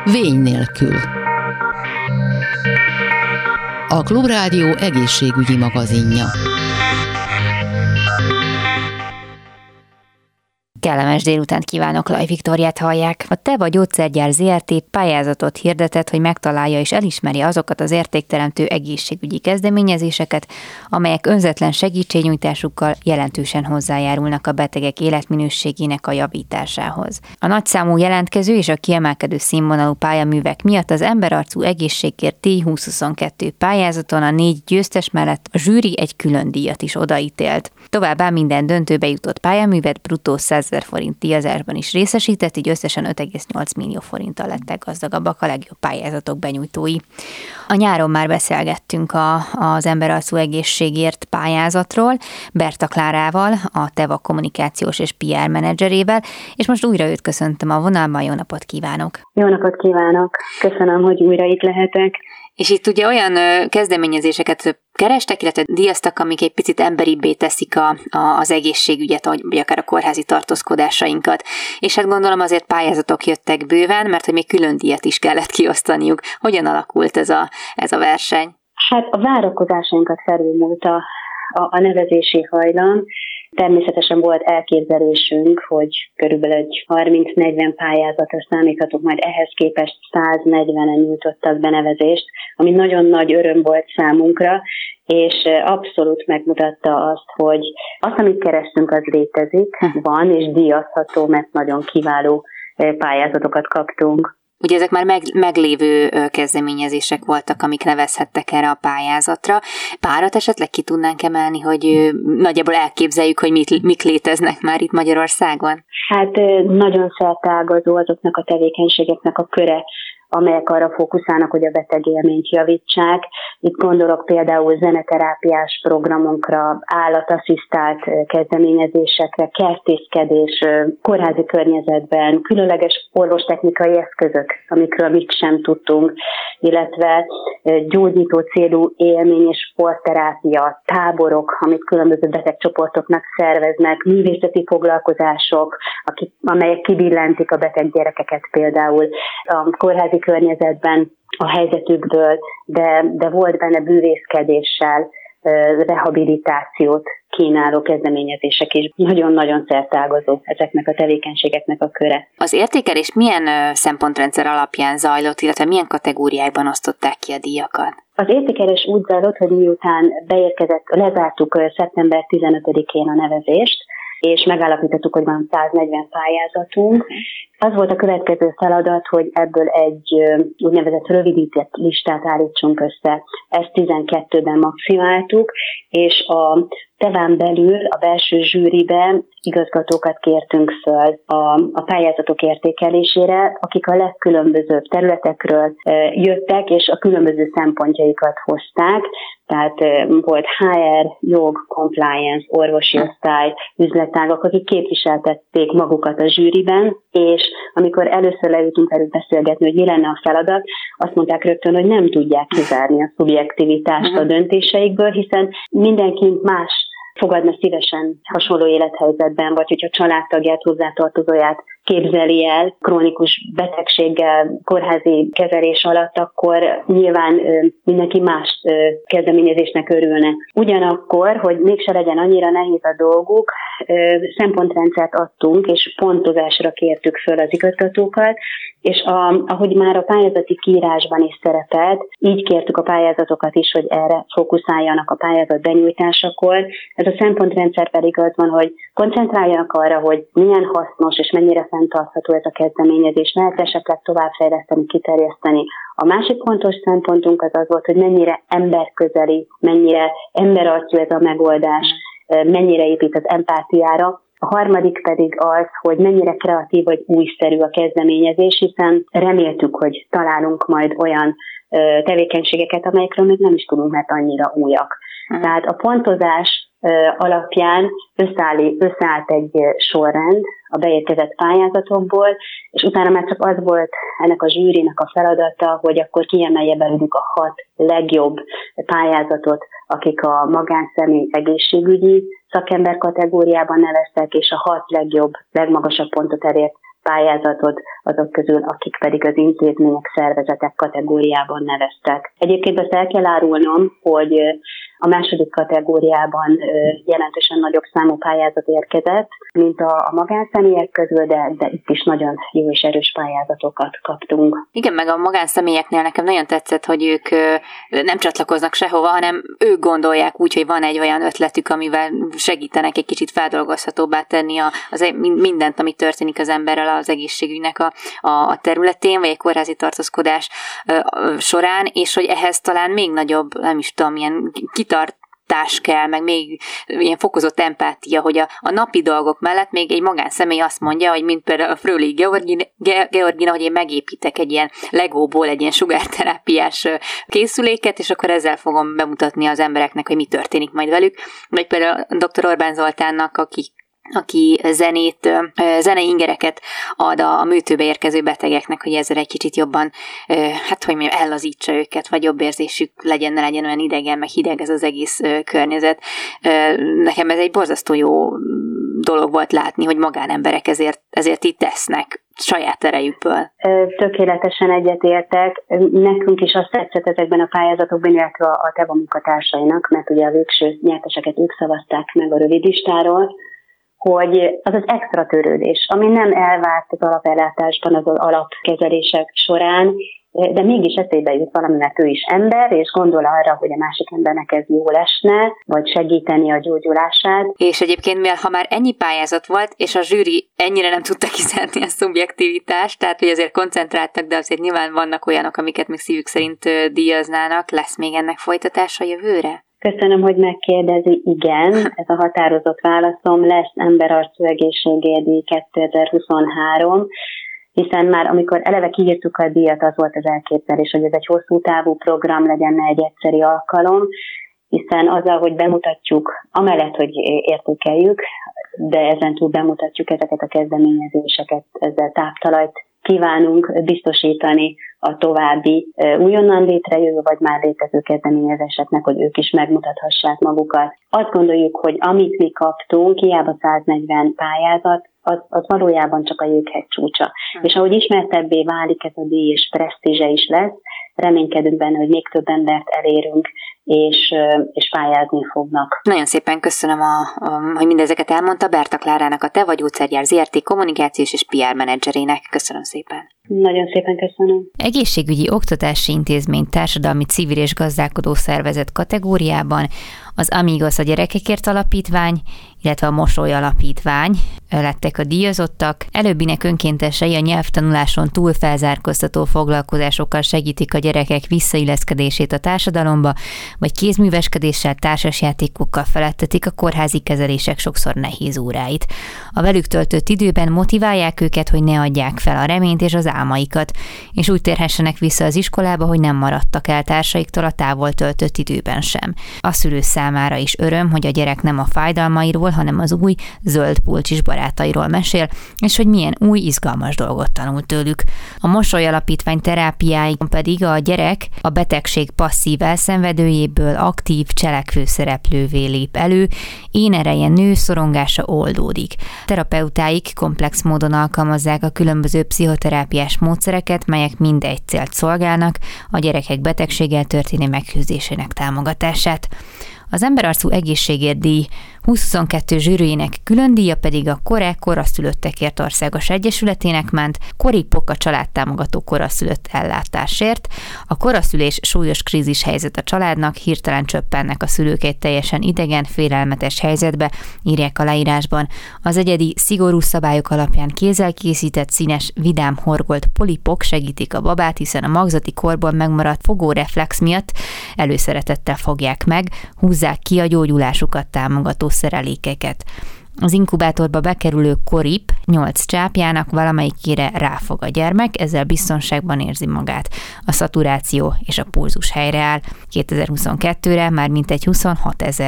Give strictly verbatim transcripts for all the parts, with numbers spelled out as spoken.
Vény nélkül. A Klubrádió egészségügyi magazinja. Kellemes délutánt kívánok, Laj Viktóriát hallják. A Teva Gyógyszergyár zé er té pályázatot hirdetett, hogy megtalálja és elismeri azokat az értékteremtő egészségügyi kezdeményezéseket, amelyek önzetlen segítségnyújtásukkal jelentősen hozzájárulnak a betegek életminőségének a javításához. A nagyszámú jelentkező és a kiemelkedő színvonalú pályaművek miatt az emberarcú egészségért T húsz-huszonkettő pályázaton a négy győztes mellett a zsűri egy külön díjat is odaítélt. Továbbá minden döntőbe jutott pályaművet bruttó százezer forint díjazásban is részesített, így összesen öt egész nyolc millió forinttal lettek gazdagabbak a legjobb pályázatok benyújtói. A nyáron már beszélgettünk a, az emberarcú egészségért pályázatról, Berta Klárával, a Teva kommunikációs és pé er menedzserével, és most újra őt köszöntöm a vonalban. Jó napot kívánok! Jó napot kívánok! Köszönöm, hogy újra itt lehetek. És itt ugye olyan kezdeményezéseket kerestek, illetve díjaztak, amik egy picit emberibbé teszik a, a, az egészségügyet, vagy akár a kórházi tartózkodásainkat. És hát gondolom azért pályázatok jöttek bőven, mert hogy még külön díjat is kellett kiosztaniuk. Hogyan alakult ez a, ez a verseny? Hát a várakozásainkat felülmúlt a, a, a nevezési hajlam. Természetesen volt elképzelésünk, hogy körülbelül egy harminc-negyven pályázatra számíthatunk, majd ehhez képest száznegyvenen nyújtottak benevezést, ami nagyon nagy öröm volt számunkra, és abszolút megmutatta azt, hogy azt, amit kerestünk, az létezik, van, és díjazható, mert nagyon kiváló pályázatokat kaptunk. Ugye ezek már meg, meglévő kezdeményezések voltak, amik nevezhettek erre a pályázatra. Párat esetleg ki tudnánk emelni, hogy nagyjából elképzeljük, hogy mit, mik léteznek már itt Magyarországon? Hát nagyon szerteágazó azoknak a tevékenységeknek a köre, amelyek arra fókuszálnak, hogy a beteg élményt javítsák. Itt gondolok például zeneterápiás programunkra, állatasszisztált kezdeményezésekre, kertészkedés, kórházi környezetben, különleges orvostechnikai eszközök, amikről mit sem tudtunk, illetve gyógyító célú élmény és sportterápia, táborok, amit különböző betegcsoportoknak szerveznek, művészeti foglalkozások, akik, amelyek kibillentik a beteg gyerekeket például a kórházi környezetben a helyzetükből, de, de volt benne bűvészkedéssel, rehabilitációt kínáló kezdeményezések is. Nagyon-nagyon szerteágazó ezeknek a tevékenységeknek a köre. Az értékelés milyen szempontrendszer alapján zajlott, illetve milyen kategóriákban osztották ki a díjakat? Az értékelés úgy zajlott, hogy miután beérkezett, lezártuk szeptember tizenötödikén a nevezést, és megállapítottuk, hogy van száznegyven pályázatunk. Az volt a következő feladat, hogy ebből egy úgynevezett rövidített listát állítsunk össze. Ezt tizenkettőben maximáltuk, és a Teván belül a belső zsűriben igazgatókat kértünk föl a, a pályázatok értékelésére, akik a legkülönbözőbb területekről jöttek, és a különböző szempontjaikat hozták. Tehát volt há er, jog, compliance, orvosi osztály, üzletágak, akik képviseltették magukat a zsűriben, és amikor először leültünk velük beszélgetni, hogy mi lenne a feladat, azt mondták rögtön, hogy nem tudják kizárni a szubjektivitást a döntéseikből, hiszen mindenki más fogadna szívesen hasonló élethelyzetben, vagy hogyha családtagját, hozzátartozóját képzeli el krónikus betegséggel, kórházi kezelés alatt, akkor nyilván mindenki más kezdeményezésnek örülne. Ugyanakkor, hogy mégse legyen annyira nehéz a dolguk, szempontrendszert adtunk, és pontozásra kértük föl az igazgatókat, és a, ahogy már a pályázati kiírásban is szerepelt, így kértük a pályázatokat is, hogy erre fókuszáljanak a pályázat benyújtásakor. Ez a szempontrendszer pedig az van, hogy koncentráljanak arra, hogy milyen hasznos és mennyire fenntartható ez a kezdeményezés, lehet esetleg továbbfejleszteni, kiterjeszteni. A másik fontos szempontunk az az volt, hogy mennyire emberközeli, mennyire emberarcú ez a megoldás, mennyire épít az empátiára. A harmadik pedig az, hogy mennyire kreatív vagy újszerű a kezdeményezés, hiszen reméltük, hogy találunk majd olyan tevékenységeket, amelyekről még nem is tudunk, mert annyira újak. Hmm. Tehát a pontozás alapján összeáll, összeállt egy sorrend a beérkezett pályázatokból, és utána már csak az volt ennek a zsűrinek a feladata, hogy akkor kiemelje belőlük a hat legjobb pályázatot, akik a magánszemély egészségügyi szakember kategóriában neveztek, és a hat legjobb, legmagasabb pontot elért pályázatot, azok közül, akik pedig az intézmények, szervezetek kategóriában neveztek. Egyébként azt el kell árulnom, hogy a második kategóriában jelentősen nagyobb számú pályázat érkezett, mint a magánszemélyek közül, de, de itt is nagyon jó és erős pályázatokat kaptunk. Igen, meg a magánszemélyeknél nekem nagyon tetszett, hogy ők nem csatlakoznak sehova, hanem ők gondolják úgy, hogy van egy olyan ötletük, amivel segítenek egy kicsit feldolgozhatóbbá tenni az, mindent, ami történik az emberrel az egészségügynek a, a területén, vagy egy kórházi tartózkodás során, és hogy ehhez talán még nagyobb, nem is tudom, ilyen kitartás kell, meg még ilyen fokozott empátia, hogy a, a napi dolgok mellett még egy magánszemély azt mondja, hogy mint például a Fröhlich Georgina, Georgina, hogy én megépítek egy ilyen legóból egy ilyen sugárterápiás készüléket, és akkor ezzel fogom bemutatni az embereknek, hogy mi történik majd velük. Vagy például doktor Orbán Zoltánnak, aki aki zenét, zenei ingereket ad a műtőbe érkező betegeknek, hogy ezzel egy kicsit jobban, hát hogy mondjam, ellazítsa őket, vagy jobb érzésük legyen, ne legyen olyan idegen, meg hideg ez az egész környezet. Nekem ez egy borzasztó jó dolog volt látni, hogy magánemberek ezért, ezért így tesznek saját erejükből. Tökéletesen egyetértek. Nekünk is azt tetszett ezekben a pályázatokban, illetve a TEVA munkatársainak, mert ugye a végső nyerteseket ők szavazták meg a rövidlistáról, hogy az az extra törődés, ami nem elvárt az alapellátásban, az az alapkezelések során, de mégis eszébe jut valami, mert ő is ember, és gondol arra, hogy a másik embernek ez jól esne, vagy segíteni a gyógyulását. És egyébként, mivel ha már ennyi pályázat volt, és a zsűri ennyire nem tudta kiszedni a szubjektivitást, tehát hogy azért koncentráltak, de azért nyilván vannak olyanok, amiket még szívük szerint díjaznának. Lesz még ennek folytatása jövőre? Köszönöm, hogy megkérdezi. Igen, ez a határozott válaszom, lesz emberarcú egészségügyi kétezer-huszonhárom, hiszen már amikor eleve kiírtuk a díjat, az volt az elképzelés, hogy ez egy hosszú távú program legyen, ne egy egyszeri alkalom, hiszen azzal, hogy bemutatjuk, amellett, hogy értékeljük, de ezen túl bemutatjuk ezeket a kezdeményezéseket, ezzel táptalajt kívánunk biztosítani a további újonnan létrejövő, vagy már létező kezdeményezéseknek, hogy ők is megmutathassák magukat. Azt gondoljuk, hogy amit mi kaptunk, hiába száznegyven pályázat, az, az valójában csak a jéghegy csúcsa. Hmm. És ahogy ismertebbé válik ez a díj, és presztízse is lesz, reménykedünk benne, hogy még több embert elérünk, és, és pályázni fognak. Nagyon szépen köszönöm, a, a, hogy mindezeket elmondta. Berta Klárának, a TEVA Gyógyszergyár zé er té kommunikációs és pé er menedzserének. Köszönöm szépen. Nagyon szépen köszönöm. Egészségügyi oktatási intézmény társadalmi civil és gazdálkodó szervezet kategóriában az Amigos a Gyerekekért Alapítvány, illetve a Mosoly Alapítvány lettek a díjazottak. Előbbinek önkéntesei a nyelvtanuláson túl felzárkóztató foglalkozásokkal segítik a gyerekek visszailleszkedését a társadalomba, vagy kézműveskedéssel, társasjátékokkal felettetik a kórházi kezelések sokszor nehéz óráit. A velük töltött időben motiválják őket, hogy ne adják fel a reményt és az álmaikat, és úgy térhessenek vissza az iskolába, hogy nem maradtak el társaiktól a távol töltött időben sem. A szülő számára is öröm, hogy a gyerek nem a fájdalmairól, hanem az új zöld pulcsis barátairól mesél, és hogy milyen új, izgalmas dolgot tanult tőlük. A Mosoly Alapítvány terápiáin pedig a gyerek a betegség passzív elszenvedőjéből aktív cselekvő szereplővé lép elő, én ereje nő, szorongása oldódik. Terapeutáik komplex módon alkalmazzák a különböző pszichoterápiás módszereket, melyek mind egy célt szolgálnak, a gyerekek betegséggel történő megküzdésének támogatását. Az Emberarcú Egészségért díj húsz-huszonkettő zsűriének külön díja pedig a KORE Koraszülöttekért Országos Egyesületének ment, KORIPOK a családtámogató koraszülött ellátásért. A koraszülés súlyos krízis helyzet a családnak, hirtelen csöppennek a szülők egy teljesen idegen, félelmetes helyzetbe, írják a leírásban. Az egyedi, szigorú szabályok alapján kézzel készített, színes, vidám horgolt polipok segítik a babát, hiszen a magzati korban megmaradt fogóreflex miatt előszeretettel fogják meg, húzzák ki a gyógyulásukat támogató szerelékeket. Az inkubátorba bekerülő korip nyolc csápjának valamelyikére ráfog a gyermek, ezzel biztonságban érzi magát. A szaturáció és a pulzus helyreáll. kétezer-huszonkettőre már mintegy huszonhat ezer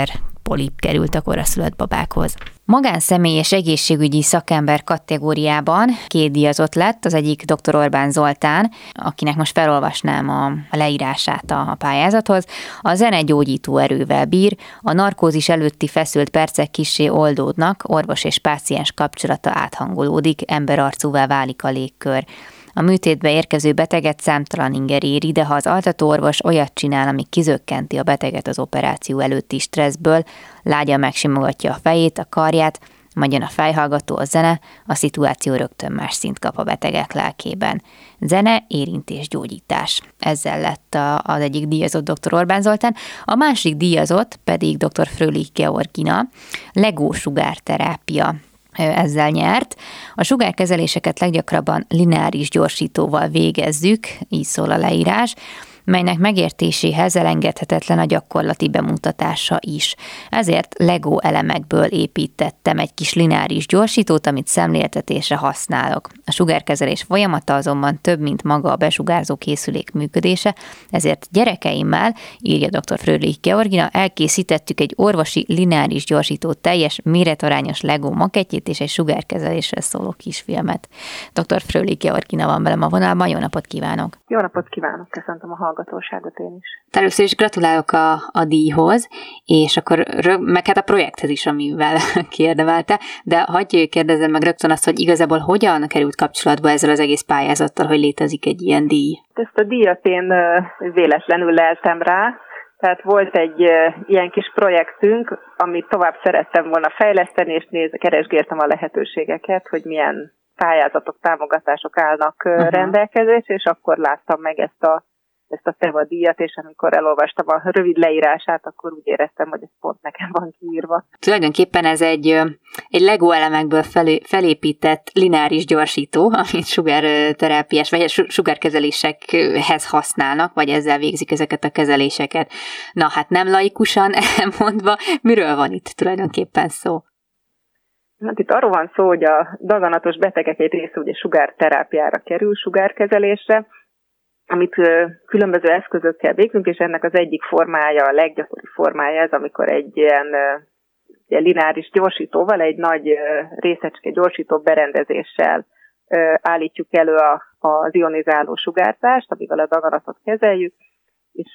polip került a koraszülött babákhoz. Magánszemély és egészségügyi szakember kategóriában két díjazott lett, az egyik dr. Orbán Zoltán, akinek most felolvasnám a, a leírását a, a pályázathoz. A zene gyógyító erővel bír, a narkózis előtti feszült percek kissé oldódnak, orvos és páciens kapcsolata áthangolódik, emberarcúvá válik a légkör. A műtétbe érkező beteget számtalan inger éri, de ha az altatóorvos olyat csinál, ami kizökkenti a beteget az operáció előtti stresszből, lágyan megsimogatja a fejét, a karját, majd jön a fejhallgató, a zene, a szituáció rögtön más szint kap a betegek lelkében. Zene, érintés, gyógyítás. Ezzel lett a, az egyik díjazott dr. Orbán Zoltán. A másik díjazott pedig dr. Fröhlich Georgina, Lego sugárterápia. Ezzel nyert. A sugárkezeléseket leggyakrabban lineáris gyorsítóval végezzük, így szól a leírás, melynek megértéséhez elengedhetetlen a gyakorlati bemutatása is. Ezért Lego elemekből építettem egy kis lineáris gyorsítót, amit szemléltetésre használok. A sugárkezelés folyamata azonban több, mint maga a besugárzó készülék működése, ezért gyerekeimmel, írja dr. Fröhlich Georgina, elkészítettük egy orvosi lineáris gyorsító teljes méretarányos Lego makettjét és egy sugárkezelésről szóló kisfilmet. dr. Fröhlich Georgina van velem a vonalban, jó napot kívánok! Jó napot kívánok, köszöntöm a hallgatóságot én is. Először is gratulálok a, a díjhoz, és akkor rög, meg hát a projekthez is, amivel kiérdemelte, de hagyj kérdezzem meg rögtön azt, hogy igazából hogyan került kapcsolatba ezzel az egész pályázattal, hogy létezik egy ilyen díj? Ezt a díjat én véletlenül leltem rá, tehát volt egy ilyen kis projektünk, amit tovább szerettem volna fejleszteni, és néz, keresgéltem a lehetőségeket, hogy milyen pályázatok, támogatások állnak uh-huh. rendelkezésre, és akkor láttam meg ezt a ezt a Teva díjat, és amikor elolvastam a rövid leírását, akkor úgy éreztem, hogy ez pont nekem van kiírva. Tulajdonképpen ez egy, egy Lego elemekből felé, felépített lineáris gyorsító, amit sugárterápiás, vagy sugárkezelésekhez használnak, vagy ezzel végzik ezeket a kezeléseket. Na hát nem laikusan elmondva, miről van itt tulajdonképpen szó? Hát itt arról van szó, hogy a daganatos betegek egy része ugye sugárterápiára kerül, sugárkezelésre, amit különböző eszközökkel végzünk, és ennek az egyik formája, a leggyakoribb formája ez, amikor egy ilyen, ilyen lineáris gyorsítóval, egy nagy részecske gyorsító berendezéssel állítjuk elő a, az ionizáló sugárzást, amivel a daganatot kezeljük, és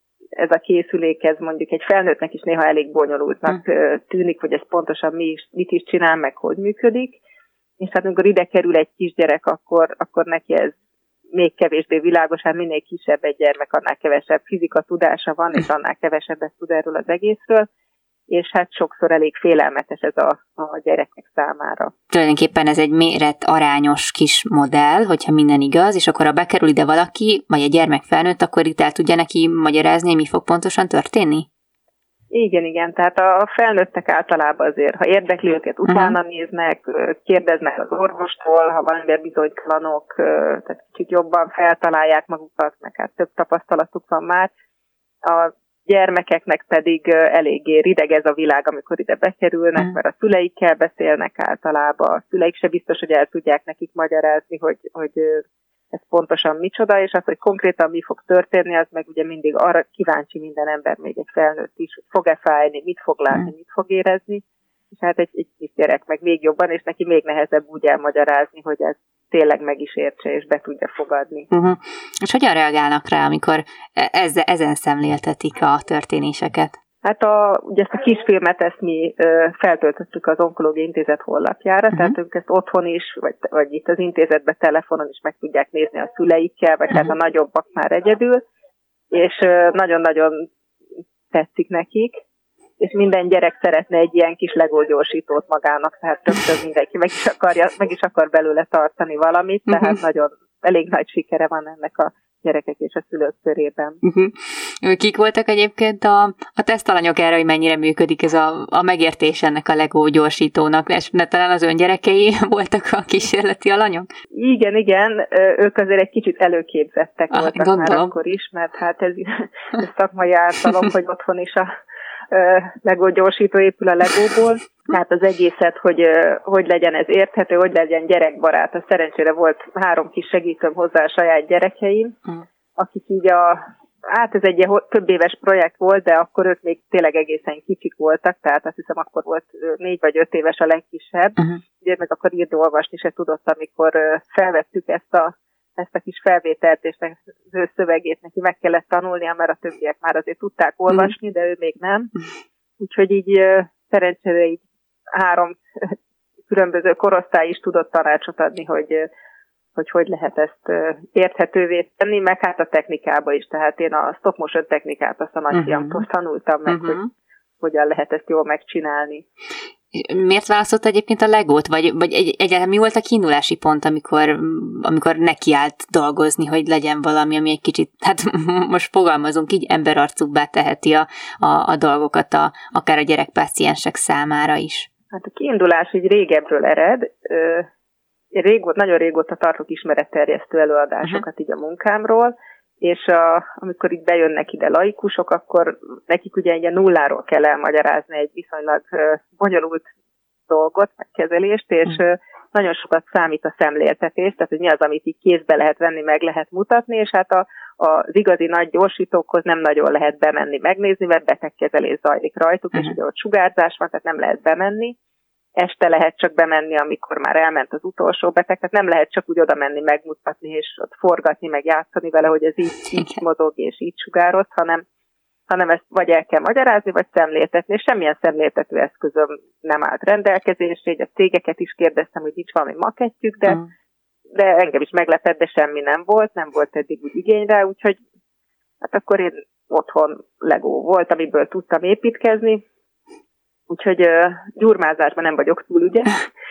ez a készülék, ez mondjuk egy felnőttnek is néha elég bonyolultnak tűnik, hogy ez pontosan mi is, mit is csinál, meg hogy működik, és hát amikor ide kerül egy kisgyerek, akkor, akkor neki ez még kevésbé világos, hát minél kisebb egy gyermek, annál kevesebb fizika tudása van, és annál kevesebbet tud erről az egészről, és hát sokszor elég félelmetes ez a, a gyerekek számára. Tulajdonképpen ez egy méret arányos kis modell, hogyha minden igaz, és akkor ha bekerül ide valaki, vagy egy gyermek felnőtt, akkor itt el tudja neki magyarázni, mi fog pontosan történni? Igen, igen, tehát a felnőttek általában azért, ha érdekli őket, utána uh-huh. néznek, kérdeznek az orvostól, ha valamivel bizonytalanok, tehát kicsit jobban feltalálják magukat, meg hát több tapasztalatuk van már. A gyermekeknek pedig eléggé rideg ez a világ, amikor ide bekerülnek, uh-huh. mert a szüleikkel beszélnek általában, a szüleik se biztos, hogy el tudják nekik magyarázni, hogy, hogy ez pontosan micsoda, és az, hogy konkrétan mi fog történni, az meg ugye mindig arra kíváncsi minden ember, még egy felnőtt is, hogy fog-e fájni, mit fog látni, mit fog érezni, és hát egy, egy kis gyerek meg még jobban, és neki még nehezebb úgy elmagyarázni, hogy ez tényleg meg is értse, és be tudja fogadni. Uh-huh. És hogyan reagálnak rá, amikor ezzel, ezen szemléltetik a történéseket? Hát a, ugye ezt a kisfilmet, ezt mi ö, feltöltöttük az Onkológiai Intézet honlapjára, uh-huh. tehát ők ezt otthon is, vagy, vagy itt az intézetben telefonon is meg tudják nézni a szüleikkel, vagy uh-huh. hát a nagyobbak már egyedül, és ö, nagyon-nagyon tetszik nekik, és minden gyerek szeretne egy ilyen kis Lego gyorsítót magának, tehát többször mindenki meg is, akarja, meg is akar belőle tartani valamit, tehát uh-huh. nagyon elég nagy sikere van ennek a gyerekek és a szülők körében. Uh-huh. Kik voltak egyébként a, a tesztalanyok erre, hogy mennyire működik ez a, a megértés ennek a Lego gyorsítónak? És talán az ön gyerekei voltak a kísérleti alanyok? Igen, igen. Ők azért egy kicsit előképzettek ah, voltak gondolom. Már akkor is, mert hát ez, ez szakmai ártalom, hogy otthon is a Lego gyorsító épül a Legóból. Tehát az egészet, hogy hogy legyen ez érthető, hogy legyen gyerekbarát. A szerencsére volt három kis segítőm hozzá a saját gyerekeim, mm. akik így a Hát ez egy ilyen több éves projekt volt, de akkor ők még tényleg egészen kicsik voltak, tehát azt hiszem akkor volt négy vagy öt éves a legkisebb. Uh-huh. Ugye meg akkor írni, olvasni se tudott, amikor felvettük ezt a, ezt a kis felvételt, és az ő szövegét neki meg kellett tanulnia, mert a többiek már azért tudták olvasni, uh-huh. de ő még nem. Úgyhogy így szerencsére így három különböző korosztály is tudott tanácsot adni, hogy hogy hogy lehet ezt érthetővé tenni, meg hát a technikába is. Tehát én a stop motion technikát azt a nagyfiamtól uh-huh. tanultam meg, uh-huh. hogy hogyan lehet ezt jól megcsinálni. Miért választott egyébként a Legót? Vagy, vagy egy, egyáltalán mi volt a kiindulási pont, amikor, amikor nekiállt dolgozni, hogy legyen valami, ami egy kicsit, hát most fogalmazunk így, emberarcúbbá teheti a, a, a dolgokat, a, akár a gyerekpáciensek számára is? Hát a kiindulás így régebről ered. Én régóta, nagyon régóta tartok ismeretterjesztő előadásokat uh-huh. így a munkámról, és a, amikor itt bejönnek ide laikusok, akkor nekik ugye egy nulláról kell elmagyarázni egy viszonylag uh, bonyolult dolgot, meg kezelést, és uh, nagyon sokat számít a szemléltetés, tehát hogy mi az, amit így kézbe lehet venni, meg lehet mutatni, és hát a, a, az igazi nagy gyorsítókhoz nem nagyon lehet bemenni, megnézni, mert betegkezelés zajlik rajtuk, uh-huh. és ugye ott sugárzás van, tehát nem lehet bemenni. Este lehet csak bemenni, amikor már elment az utolsó beteg, tehát nem lehet csak úgy oda menni, megmutatni, és ott forgatni, meg játszani vele, hogy ez így, így mozog, és így sugároz, hanem, hanem ezt vagy el kell magyarázni, vagy szemléltetni, és semmilyen szemléltető eszközöm nem állt rendelkezésre, így a cégeket is kérdeztem, hogy nincs valami makettjük, de, mm. de engem is meglepett, de semmi nem volt, nem volt eddig úgy igény rá, úgyhogy hát akkor én otthon Lego volt, amiből tudtam építkezni. Úgyhogy uh, gyurmázásban nem vagyok túl, ugye?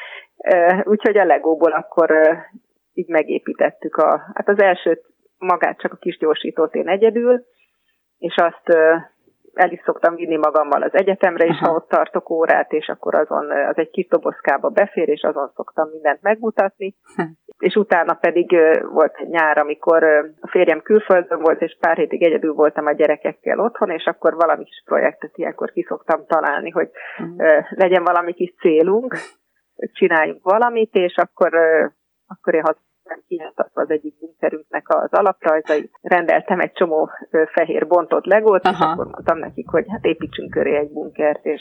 Uh, úgyhogy a Legóból akkor uh, így megépítettük a, hát az elsőt magát csak a kis gyorsítót én egyedül, és azt uh, el is szoktam vinni magammal az egyetemre is, ha ott tartok órát, és akkor azon uh, az egy kis dobozkába befér, és azon szoktam mindent megmutatni. Hm. És utána pedig uh, volt egy nyár, amikor uh, a férjem külföldön volt, és pár hétig egyedül voltam a gyerekekkel otthon, és akkor valami kis projektet ilyenkor ki szoktam találni, hogy uh, legyen valami kis célunk, hogy csináljunk valamit, és akkor, uh, akkor én hazudtam kinyomtatva az egyik bunkerünknek az alaprajzait. Rendeltem egy csomó uh, fehér bontott Legót, Aha. és akkor mondtam nekik, hogy hát építsünk köré egy bunkert, és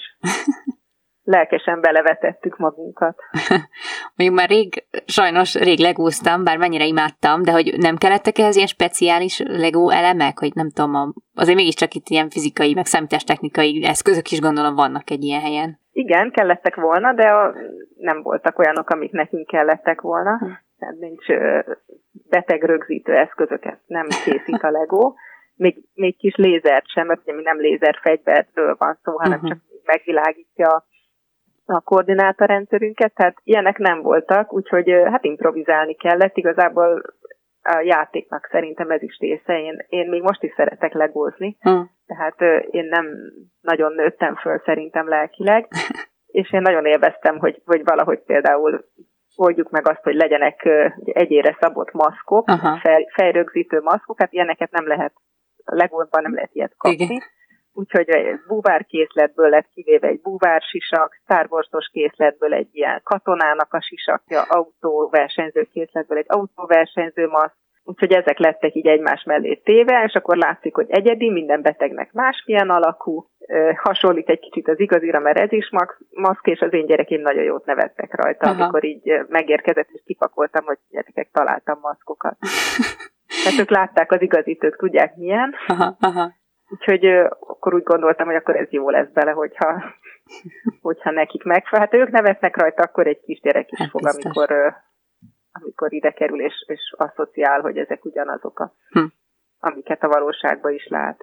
lelkesen belevetettük magunkat. Mondjuk már rég, sajnos rég legóztam, bár mennyire imádtam, de hogy nem kellettek ehhez ilyen speciális Lego elemek, hogy nem tudom, a, azért mégiscsak itt ilyen fizikai, meg számítástechnikai eszközök is gondolom vannak egy ilyen helyen. Igen, kellettek volna, de a, nem voltak olyanok, amik nekünk kellettek volna. Hm. Tehát nincs beteg rögzítő eszközöket, nem készít a Lego. Még, még kis lézert sem, mert ugye mi nem lézerfegyverről van szó, hanem uh-huh. csak megvilágítja a koordinátorrendszerünket, tehát ilyenek nem voltak, úgyhogy hát improvizálni kellett. Igazából a játéknak szerintem ez is része. Én, én még most is szeretek legózni, uh. tehát én nem nagyon nőttem föl szerintem lelkileg, és én nagyon élveztem, hogy, hogy valahogy például oldjuk meg azt, hogy legyenek egyére szabott maszkok, fej, fejrögzítő maszkok, hát ilyeneket nem lehet, a Legóban nem lehet ilyet kapni. Igen. Úgyhogy egy búvárkészletből lett kivéve egy búvársisak, Star Wars-os készletből egy ilyen katonának a sisakja, autóversenyző készletből egy autóversenyző maszk. Úgyhogy ezek lettek így egymás mellé téve, és akkor látszik, hogy egyedi, minden betegnek másmilyen alakú, hasonlít egy kicsit az igazira, mert ez is maszk, és az én gyerekeim nagyon jót nevettek rajta, Aha. amikor így megérkezett, és kipakoltam, hogy gyerekek, találtam maszkokat. Tehát ők látták az igazit, ők tudják milyen. Aha, aha. Úgyhogy uh, akkor úgy gondoltam, hogy akkor ez jó lesz bele, hogyha, hogyha nekik megfelel. Hát ők nevetnek rajta, akkor egy kisgyerek is hát fog, amikor, uh, amikor ide kerül, és, és asszociál, hogy ezek ugyanazok, a, hm. amiket a valóságban is lát.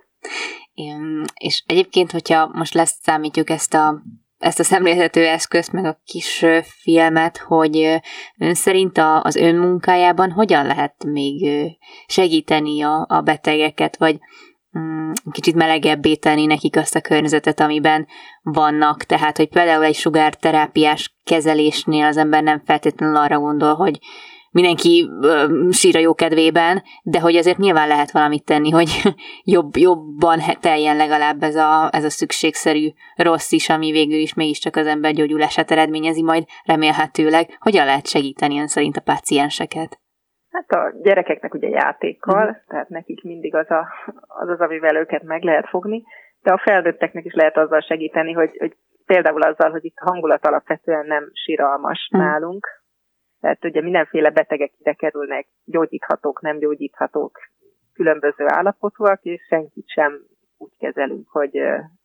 Um, és egyébként, hogyha most leszámítjuk ezt a ezt a szemléltető eszközt, meg a kis filmet, hogy ön szerint a, az ön munkájában hogyan lehet még segíteni a, a betegeket, vagy mm, kicsit melegebbé tenni nekik azt a környezetet, amiben vannak. Tehát, hogy például egy sugárterápiás kezelésnél az ember nem feltétlenül arra gondol, hogy mindenki ö, sír a jó kedvében, de hogy azért nyilván lehet valamit tenni, hogy jobb, jobban teljen legalább ez a, ez a szükségszerű rossz is, ami végül is mégiscsak az ember gyógyulását eredményezi majd remélhetőleg. Hogyan lehet segíteni ön szerint a pácienseket? Hát a gyerekeknek ugye játékkal, uh-huh. tehát nekik mindig az, a, az az, amivel őket meg lehet fogni, de a felnőtteknek is lehet azzal segíteni, hogy, hogy például azzal, hogy itt a hangulat alapvetően nem siralmas uh-huh. nálunk. Tehát ugye mindenféle betegek ide kerülnek, gyógyíthatók, nem gyógyíthatók, különböző állapotúak, és senkit sem úgy kezelünk, hogy,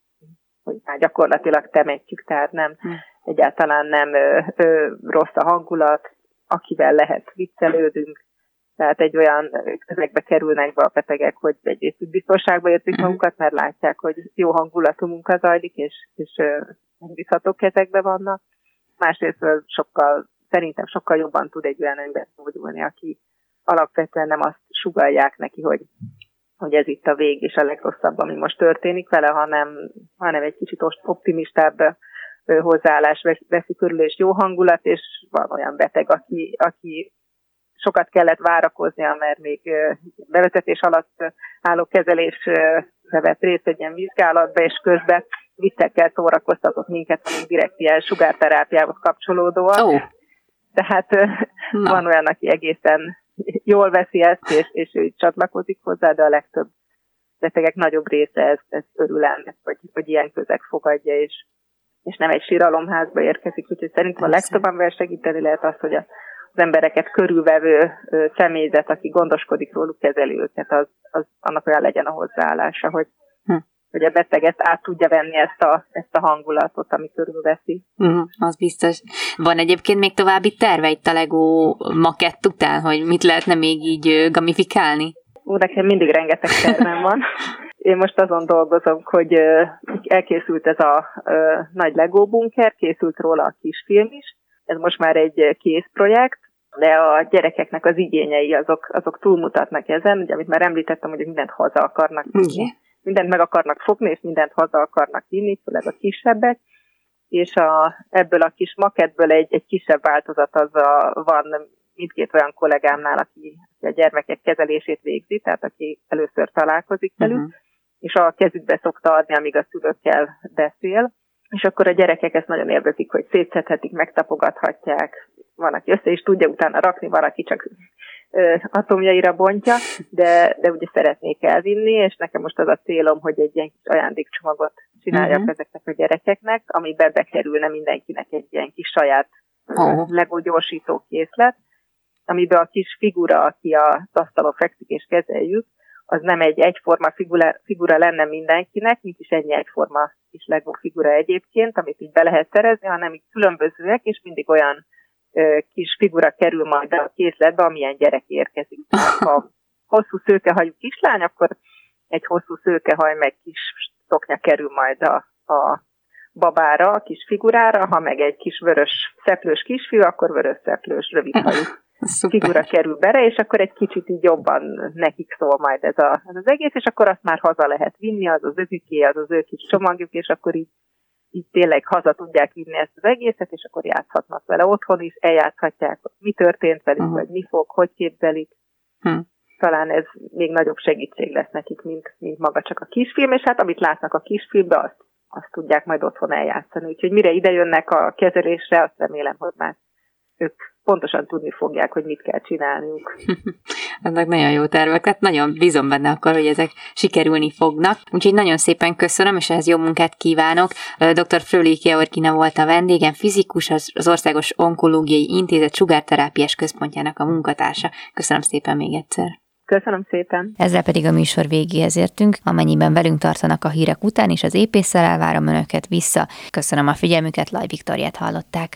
hogy már gyakorlatilag temetjük, tehát nem, uh-huh. egyáltalán nem ö, ö, rossz a hangulat, akivel lehet viccelődünk. Tehát egy olyan közegbe kerülnek be a betegek, hogy egyrészt biztonságban érzik magukat, mert látják, hogy jó hangulatú munka zajlik, és, és megbízható kezekbe vannak. Másrészt sokkal, szerintem sokkal jobban tud egy olyan ember gyógyulni, aki alapvetően nem azt sugallják neki, hogy, hogy ez itt a vég és a legrosszabb, ami most történik vele, hanem, hanem egy kicsit optimistább hozzáállás veszi körül, és jó hangulat, és van olyan beteg, aki, aki sokat kellett várakoznia, mert még bevezetés alatt álló kezelésre vett részt egy ilyen vizsgálatba, és közben viccekkel szórakoztatott minket, amik direkt ilyen sugárterápiához kapcsolódóak. Oh. Tehát no. van olyan, aki egészen jól veszi ezt, és, és ő csatlakozik hozzá, de a legtöbb betegek nagyobb része ezt, ezt örül ennek, hogy, hogy ilyen közeg fogadja, és, és nem egy síralomházba érkezik. Úgyhogy szerintem a legtöbb, amivel segíteni lehet az, hogy a az embereket körülvevő személyzet, aki gondoskodik róluk, kezeli őket, az, az annak olyan legyen a hozzáállása, hogy, hm. hogy a beteget át tudja venni ezt a, ezt a hangulatot, ami körülveszi. Uh-huh, az biztos. Van egyébként még további terve itt a Lego makett után, hogy mit lehetne még így gamifikálni? Ó, nekem mindig rengeteg tervem van. Én most azon dolgozom, hogy elkészült ez a nagy Lego bunker, készült róla a kisfilm is. Ez most már egy kész projekt, de a gyerekeknek az igényei azok, azok túlmutatnak ezen, ugye, amit már említettem, hogy mindent haza akarnak vinni, mindent meg akarnak fogni, és mindent haza akarnak vinni, főleg a kisebbek, és a, ebből a kis makettből egy, egy kisebb változat az a, van mindkét olyan kollégámnál, aki, aki a gyermekek kezelését végzi, tehát aki először találkozik velük, uh-huh. és a kezükbe szokta adni, amíg a szülőkkel beszél, és akkor a gyerekek ezt nagyon élvezik, hogy szétszedhetik, megtapogathatják, van, aki össze is tudja utána rakni, van, aki csak ö, atomjaira bontja, de, de ugye szeretnék elvinni, és nekem most az a célom, hogy egy ilyen kis ajándékcsomagot csináljak uh-huh. ezeknek a gyerekeknek, amiben bekerülne mindenkinek egy ilyen kis saját uh-huh. Lego gyorsító készlet, amiben a kis figura, aki a asztalon fekszik és kezeljük, az nem egy egyforma figura, figura lenne mindenkinek, mint is ennyi egyforma kis Lego figura egyébként, amit így be lehet szerezni, hanem így különbözőek, és mindig olyan ö, kis figura kerül majd a készletbe, amilyen gyerek érkezik. Ha hosszú szőkehajú kislány, akkor egy hosszú szőkehaj meg kis szoknya kerül majd a, a babára, a kis figurára, ha meg egy kis vörös szeplős kisfiú, akkor vörös szeplős rövidhajú figura kerül bele, és akkor egy kicsit így jobban nekik szól majd ez, a, ez az egész, és akkor azt már haza lehet vinni, az az övüké, az az ő kis csomagjuk, és akkor így, így tényleg haza tudják vinni ezt az egészet, és akkor játszhatnak vele otthon is, eljátszhatják, hogy mi történt velük, uh-huh. vagy mi fog, hogy képzelik. Uh-huh. Talán ez még nagyobb segítség lesz nekik, mint, mint maga csak a kisfilm, és hát amit látnak a kisfilmbe, azt, azt tudják majd otthon eljátszani. Úgyhogy mire ide jönnek a kezelésre, azt remélem, hogy már ők pontosan tudni fogják, hogy mit kell csinálniuk. Ezek nagyon jó tervek, tehát nagyon bízom benne akkor, hogy ezek sikerülni fognak. Úgyhogy nagyon szépen köszönöm, és ehhez jó munkát kívánok. dr. Fröhlich Georgina volt a vendégem, fizikus, az Országos Onkológiai Intézet Sugárterápiás Központjának a munkatársa. Köszönöm szépen még egyszer. Köszönöm szépen. Ezzel pedig a műsor végéhez értünk, amennyiben velünk tartanak a hírek után, és az épésszel elvárom önöket vissza. Köszönöm a figyelmüket, Laj Viktóriát hallották.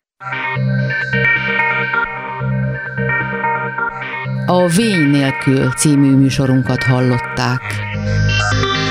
A Vény nélkül című műsorunkat hallották.